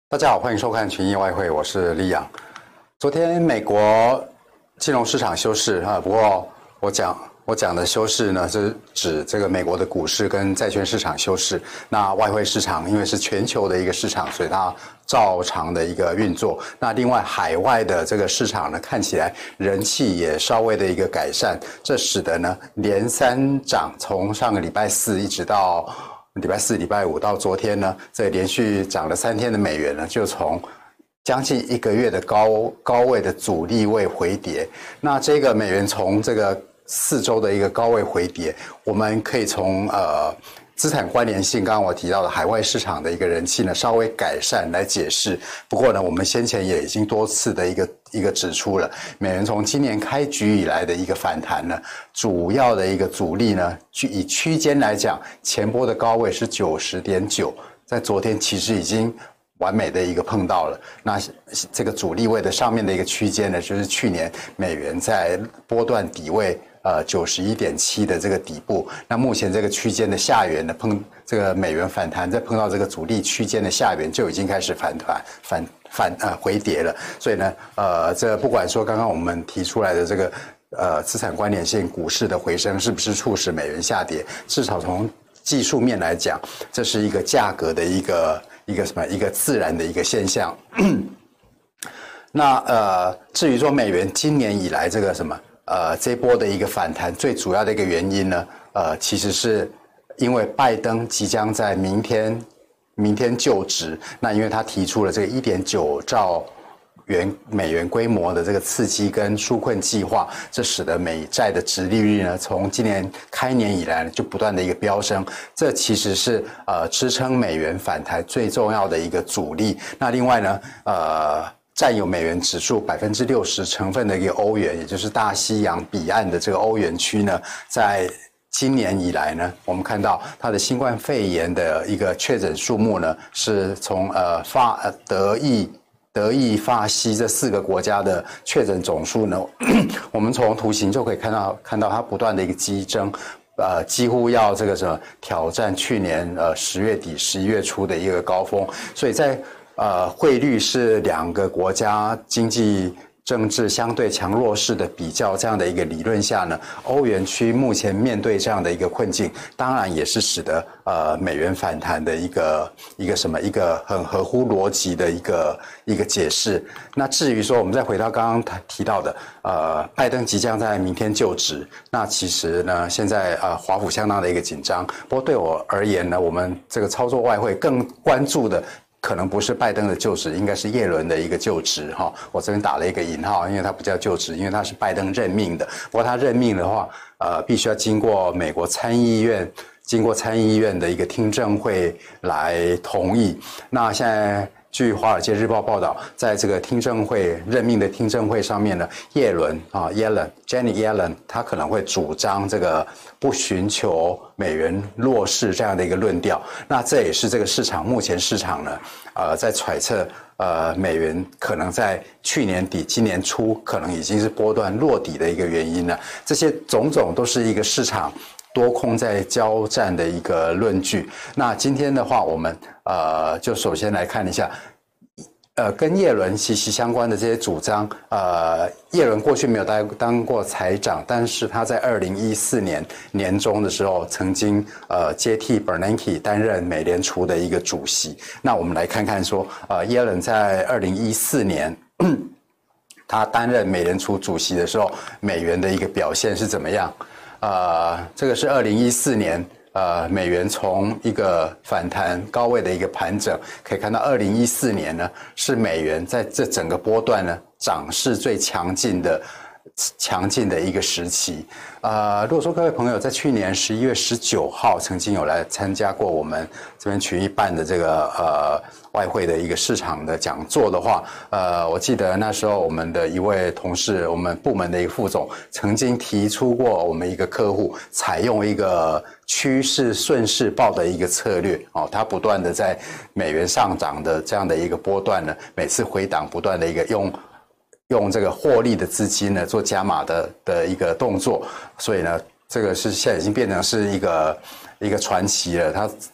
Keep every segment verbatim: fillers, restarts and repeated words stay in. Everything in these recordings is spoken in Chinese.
大家好，欢迎收看群益外汇，我是李阳。昨天美国金融市场休市啊，不过我讲我讲的休市呢，是指这个美国的股市跟债券市场休市。那外汇市场因为是全球的一个市场，所以它照常的一个运作。那另外海外的这个市场呢，看起来人气也稍微的一个改善，这使得呢连三涨，从上个礼拜四一直到礼拜四、礼拜五到昨天呢，这连续涨了三天的美元呢，就从将近一个月的高高位的阻力位回跌。那这个美元从这个四周的一个高位回跌，我们可以从呃资产关联性，刚刚我提到的海外市场的一个人气呢稍微改善来解释。不过呢，我们先前也已经多次的一个一个指出了，美元从今年开局以来的一个反弹呢，主要的一个阻力呢，以区间来讲，前波的高位是 九十点九， 在昨天其实已经完美的一个碰到了。那这个阻力位的上面的一个区间呢，就是去年美元在波段底位呃 九十一点七 的这个底部。那目前这个区间的下缘呢，碰这个美元反弹，再碰到这个阻力区间的下缘，就已经开始反弹反反呃回跌了。所以呢，呃，这不管说刚刚我们提出来的这个呃资产关联性股市的回升是不是促使美元下跌，至少从技术面来讲，这是一个价格的一个一个什么一个自然的一个现象。那呃，至于说美元今年以来这个什么呃这波的一个反弹，最主要的一个原因呢，呃，其实是因为拜登即将在明天明天就职，那因为他提出了这个 一点九兆元美元规模的这个刺激跟纾困计划，这使得美债的殖利率呢，从今年开年以来就不断的一个飙升，这其实是呃支撑美元反弹最重要的一个阻力。那另外呢，呃，占有美元指数百分之六十成分的一个欧元，也就是大西洋彼岸的这个欧元区呢，在今年以来呢，我们看到它的新冠肺炎的一个确诊数目呢，是从呃法呃德意。德意、法、西这四个国家的确诊总数呢，我们从图形就可以看到，看到它不断的一个激增，呃，几乎要这个什么挑战去年呃十月底、十一月初的一个高峰。所以在呃汇率是两个国家经济政治相对强弱势的比较这样的一个理论下呢，欧元区目前面对这样的一个困境，当然也是使得呃美元反弹的一个一个什么一个很合乎逻辑的一个一个解释。那至于说我们再回到刚刚提到的，呃，拜登即将在明天就职，那其实呢，现在呃华府相当的一个紧张。不过对我而言呢，我们这个操作外汇更关注的，可能不是拜登的就职，应该是耶伦的一个就职哈。我这边打了一个引号，因为他不叫就职，因为他是拜登任命的。不过他任命的话，呃，必须要经过美国参议院，经过参议院的一个听证会来同意。那现在据《华尔街日报》报道，在这个听证会任命的听证会上面呢，耶伦啊 ，Yellen，Janet Yellen， 他可能会主张这个不寻求美元弱势这样的一个论调。那这也是这个市场目前市场呢，呃，在揣测，呃，美元可能在去年底、今年初可能已经是波段落底的一个原因了。这些种种都是一个市场多空在交战的一个论据。那今天的话，我们呃就首先来看一下，呃，跟耶伦息息相关的这些主张。呃，耶伦过去没有当当过财长，但是他在二零一四年年中的时候，曾经呃接替 Bernanke 担任美联储的一个主席。那我们来看看说，呃，耶伦在二零一四年。他担任美联储主席的时候，美元的一个表现是怎么样？呃，这个是二零一四年，呃，美元从一个反弹高位的一个盘整，可以看到二零一四年呢，是美元在这整个波段呢涨势最强劲的强劲的一个时期。呃，如果说各位朋友在去年十一月十九号曾经有来参加过我们这边群益办的这个呃外汇的一个市场的讲座的话，呃，我记得那时候我们的一位同事，我们部门的一个副总，曾经提出过我们一个客户采用一个趋势顺势报的一个策略哦，它不断的在美元上涨的这样的一个波段呢，每次回档不断的一个用。用这个获利的资金呢做加码的的一个动作，所以呢，这个是现在已经变成是一个一个传奇了。它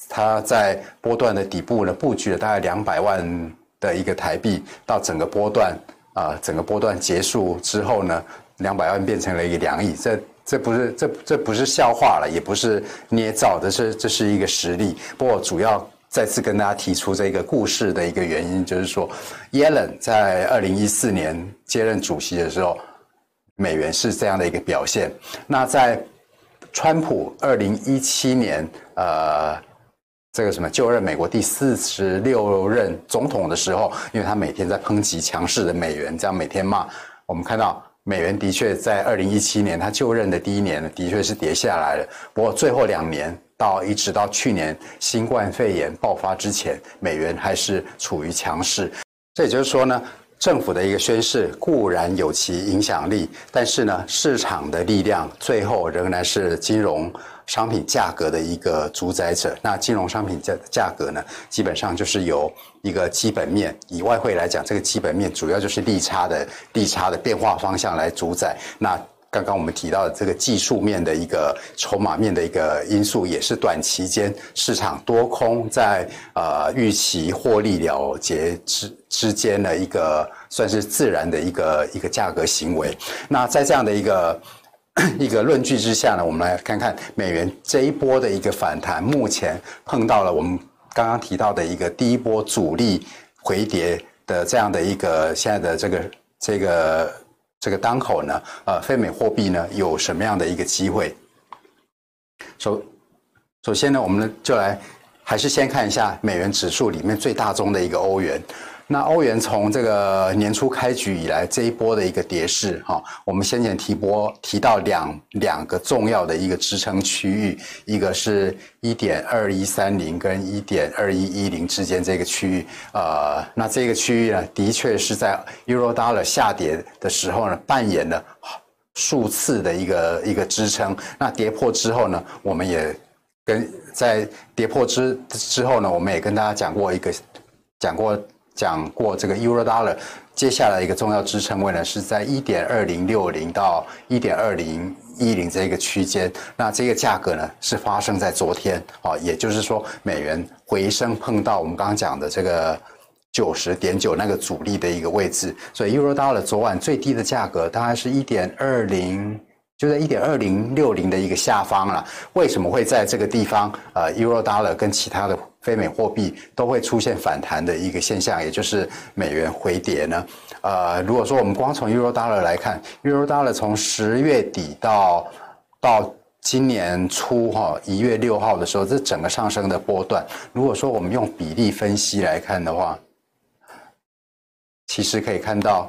它在波段的底部呢布局了大概两百万的一个台币，到整个波段啊、呃，整个波段结束之后呢，两百万变成了一个两亿，这这不是这这不是笑话了，也不是捏造的，是这是一个实例。不过主要再次跟大家提出这个故事的一个原因，就是说，耶伦在二零一四年接任主席的时候，美元是这样的一个表现。那在川普二零一七年，呃。这个什么就任美国第四十六任总统的时候，因为他每天在抨击强势的美元，这样每天骂，我们看到美元的确在二零一七年他就任的第一年的确是跌下来了，不过最后两年到一直到去年新冠肺炎爆发之前，美元还是处于强势。这也就是说呢，政府的一个宣示固然有其影响力，但是呢，市场的力量最后仍然是金融商品价格的一个主宰者。那金融商品价价格呢，基本上就是由一个基本面，以外汇来讲，这个基本面主要就是利差的利差的变化方向来主宰。那刚刚我们提到的这个技术面的一个筹码面的一个因素，也是短期间市场多空在呃预期获利了结之之间的一个算是自然的一个一个价格行为。那在这样的一个一个论据之下呢，我们来看看美元这一波的一个反弹，目前碰到了我们刚刚提到的一个第一波主力回跌的这样的一个现在的这个这个这个当口呢，呃，非美货币呢有什么样的一个机会？首首先呢，我们就来还是先看一下美元指数里面最大宗的一个欧元。那欧元从这个年初开局以来这一波的一个跌势哈，我们先前提波提到两两个重要的一个支撑区域，一个是 一点二一三零 跟 一点二一一零 之间这个区域，呃，那这个区域呢，的确是在 Euro Dollar 下跌的时候呢，扮演了数次的一个一个支撑。那跌破之后呢，我们也跟在跌破之之后呢，我们也跟大家讲过一个讲过。讲过这个 Euro Dollar 接下来一个重要支撑位呢，是在 一点二零六零 到 一点二零一零 这个区间。那这个价格呢是发生在昨天啊，也就是说美元回升碰到我们刚刚讲的这个 九十点九 那个阻力的一个位置，所以 Euro Dollar 昨晚最低的价格大概是 一点二零。就在 一点二零六零 的一个下方了。为什么会在这个地方呃 Euro Dollar 跟其他的非美货币都会出现反弹的一个现象，也就是美元回跌呢？呃，如果说我们光从 Euro Dollar 来看 ，Euro Dollar 从十月底到到今年初哈一月六号的时候，这整个上升的波段，如果说我们用比例分析来看的话，其实可以看到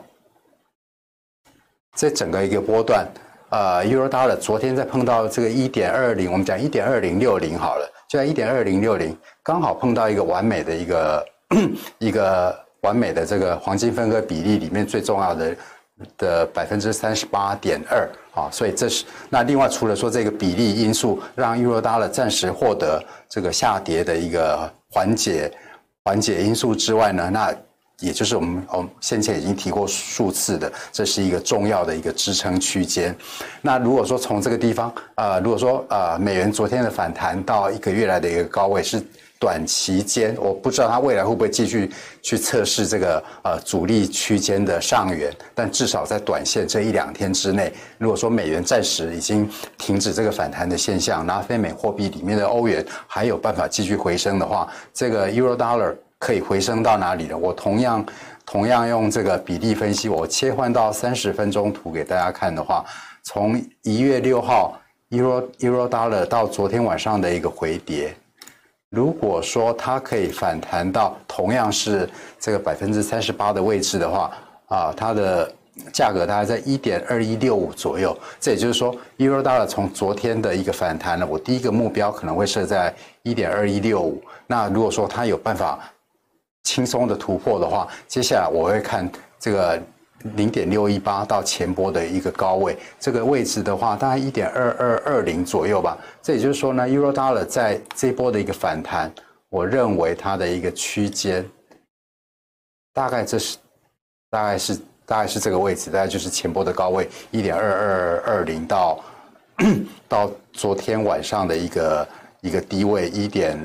这整个一个波段。呃 ，Euro Dollar 昨天在碰到这个 一点二零， 我们讲 一点二零六零 好了，就在 一点二零六零 刚好碰到一个完美的一个一个完美的这个黄金分割比例里面最重要的的 百分之三十八点二 啊，所以这是那另外除了说这个比例因素让 Euro Dollar 暂时获得这个下跌的一个缓解缓解因素之外呢，那也就是我们我们先前已经提过数次的，这是一个重要的一个支撑区间。那如果说从这个地方，呃，如果说呃美元昨天的反弹到一个月来的一个高位是短期间，我不知道它未来会不会继续去测试这个呃阻力区间的上缘，但至少在短线这一两天之内，如果说美元暂时已经停止这个反弹的现象，然后非美货币里面的欧元还有办法继续回升的话，这个 Euro Dollar可以回升到哪里呢？我同样同样用这个比例分析，我切换到三十分钟图给大家看的话，从一月六号 Euro Euro Dollar 到昨天晚上的一个回跌，如果说它可以反弹到同样是这个 百分之三十八 的位置的话，啊，它的价格大概在 一点二一六五 左右。这也就是说 Euro Dollar 从昨天的一个反弹呢，我第一个目标可能会设在 一点二一六五。那如果说它有办法轻松的突破的话，接下来我会看这个 零点六一八 到前波的一个高位，这个位置的话大概 一点二二二零 左右吧。这也就是说呢 Euro Dollar 在这一波的一个反弹，我认为它的一个区间大概这是大概是大概是这个位置，大概就是前波的高位 一点二二二零 到到昨天晚上的一个一个低位 一点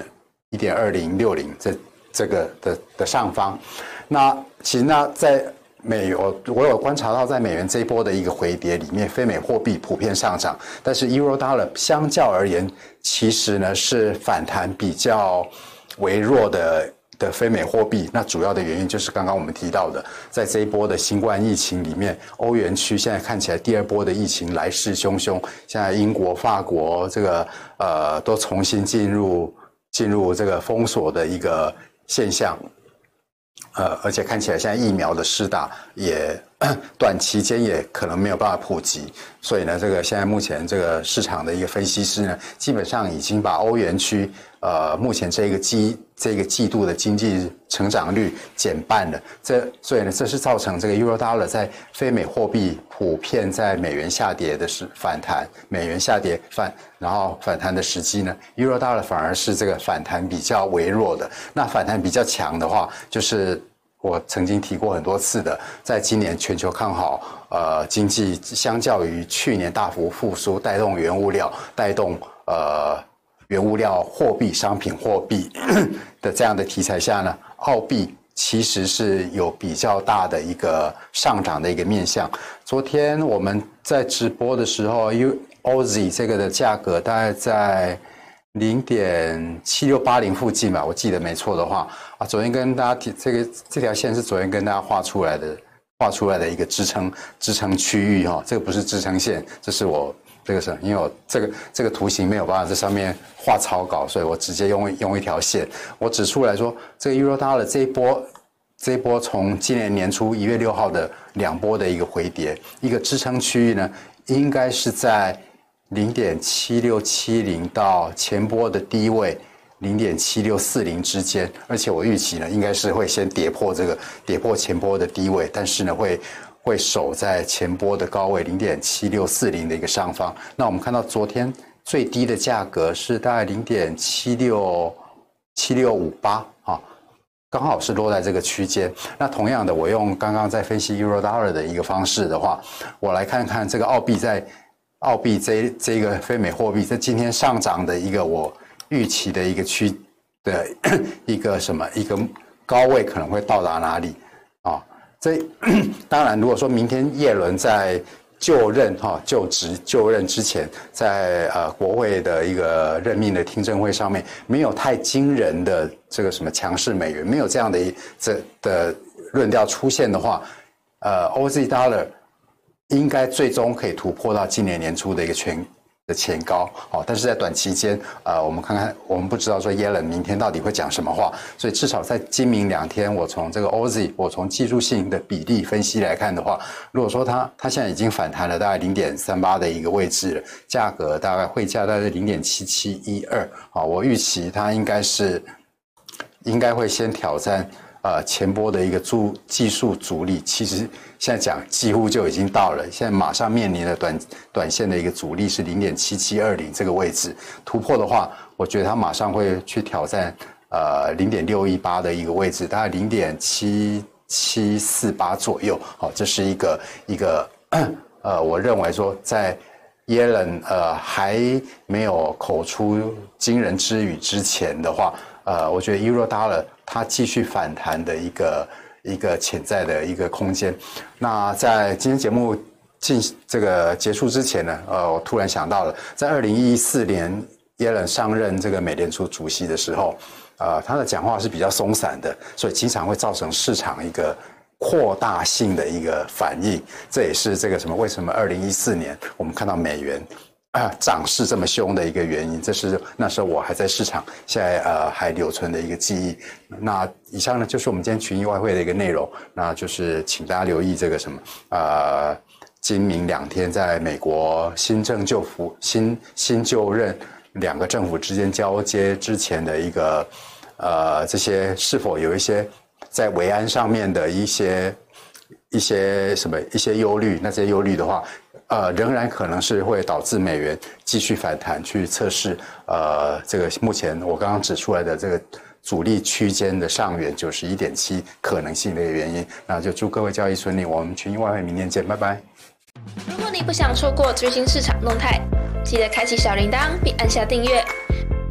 一点二零六零这这个的的上方。那其实呢，在美我我有观察到，在美元这一波的一个回跌里面，非美货币普遍上涨，但是 Euro Dollar 相较而言，其实呢是反弹比较微弱的的非美货币。那主要的原因就是刚刚我们提到的，在这一波的新冠疫情里面，欧元区现在看起来第二波的疫情来势汹汹，现在英国、法国这个呃都重新进入进入这个封锁的一个现象。呃，而且看起来现在疫苗的施打也短期间也可能没有办法普及，所以呢，这个现在目前这个市场的一个分析师呢，基本上已经把欧元区呃目前这个季这个季度的经济成长率减半了。这所以呢，这是造成这个 Euro Dollar 在非美货币普遍在美元下跌的是反弹，美元下跌反然后反弹的时机呢 ，Euro Dollar 反而是这个反弹比较微弱的。那反弹比较强的话，就是我曾经提过很多次的，在今年全球看好，呃，经济相较于去年大幅复苏，带动原物料，带动呃原物料货币、商品货币的这样的题材下呢，澳币其实是有比较大的一个上涨的一个面向。昨天我们在直播的时候 ，Aussie 这个的价格大概在零点七六八零附近吧，我记得没错的话啊，昨天跟大家提这个这条线是昨天跟大家画出来的，画出来的一个支撑支撑区域哈、哦，这个不是支撑线，这是我这个是因为我这个这个图形没有办法在上面画草稿，所以我直接用用一条线，我指出来说，这个 Euro Dollar 这一波这一波从今年年初一月六号的两波的一个回跌，一个支撑区域呢，应该是在零点七六七零到前波的低位零点七六四零之间，而且我预期呢，应该是会先跌破这个跌破前波的低位，但是呢，会会守在前波的高位零点七六四零的一个上方。那我们看到昨天最低的价格是大概零点七六七六五八啊，刚好是落在这个区间。那同样的，我用刚刚在分析 Euro Dollar 的一个方式的话，我来看看这个澳币在。澳币这这个非美货币在今天上涨的一个我预期的一个区的一个什么一个高位可能会到达哪里啊？这当然，如果说明天耶伦在就任哈就职就任之前，在呃国会的一个任命的听证会上面没有太惊人的这个什么强势美元，没有这样的一这的论调出现的话，呃 ，O Z Dollar。应该最终可以突破到今年年初的一个前的前高，好，但是在短期间，呃，我们看看，我们不知道说耶伦明天到底会讲什么话，所以至少在今明两天，我从这个 O Z， 我从技术性的比例分析来看的话，如果说它它现在已经反弹了大概零点三八的一个位置了，价格大概汇价大概零点七七一二，好，我预期它应该是应该会先挑战。呃，前波的一个助技术阻力，其实现在讲几乎就已经到了，现在马上面临的短短线的一个阻力是零点七七二零这个位置，突破的话，我觉得它马上会去挑战呃零点六一八的一个位置，大概零点七七四八左右，好、哦，这是一个一个呃，我认为说在耶伦呃还没有口出惊人之语之前的话，呃，我觉得 Euro Dollar 它继续反弹的一个一个潜在的一个空间。那在今天节目进这个结束之前呢，呃，我突然想到了，在二零一四年耶伦上任这个美联储主席的时候，呃，他的讲话是比较松散的，所以经常会造成市场一个扩大性的一个反应。这也是这个什么？为什么二零一四年我们看到美元？啊，涨势这么凶的一个原因，这是那时候我还在市场，现在呃还留存的一个记忆。那以上呢就是我们今天群益外汇的一个内容，那就是请大家留意这个什么呃，今明两天在美国新政就服新新就任两个政府之间交接之前的一个呃这些是否有一些在维安上面的一些一些什么一些忧虑，那这些忧虑的话。呃，仍然可能是会导致美元继续反弹，去测试呃这个目前我刚刚指出来的这个阻力区间的上缘九十一点七可能性的一个原因。那就祝各位交易顺利，我们群益外汇明天见，拜拜。 如果你不想错过最新市场动态，记得开启小铃铛并按下订阅。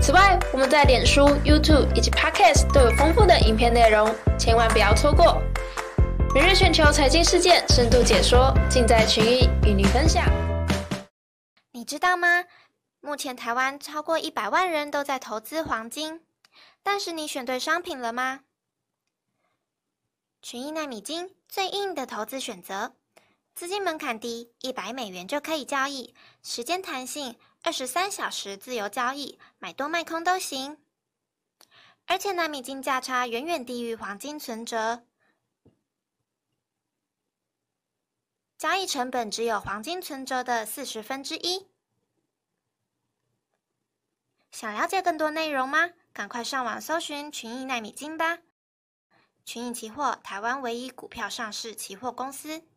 此外，我们在脸书、YouTube 以及 Podcast 都有丰富的影片内容，千万不要错过。每日全球财经事件深度解说，尽在群益与你分享。 你知道吗？目前台湾超过一百万人都在投资黄金，但是你选对商品了吗？群益奈米金最硬的投资选择，资金门槛低，一百美元就可以交易，时间弹性，二十三小时自由交易，买多卖空都行。而且奈米金价差远远低于黄金存折，交易成本只有黄金存折的四十分之一。想了解更多内容吗？赶快上网搜寻群益奈米金吧。群益期货，台湾唯一股票上市期货公司。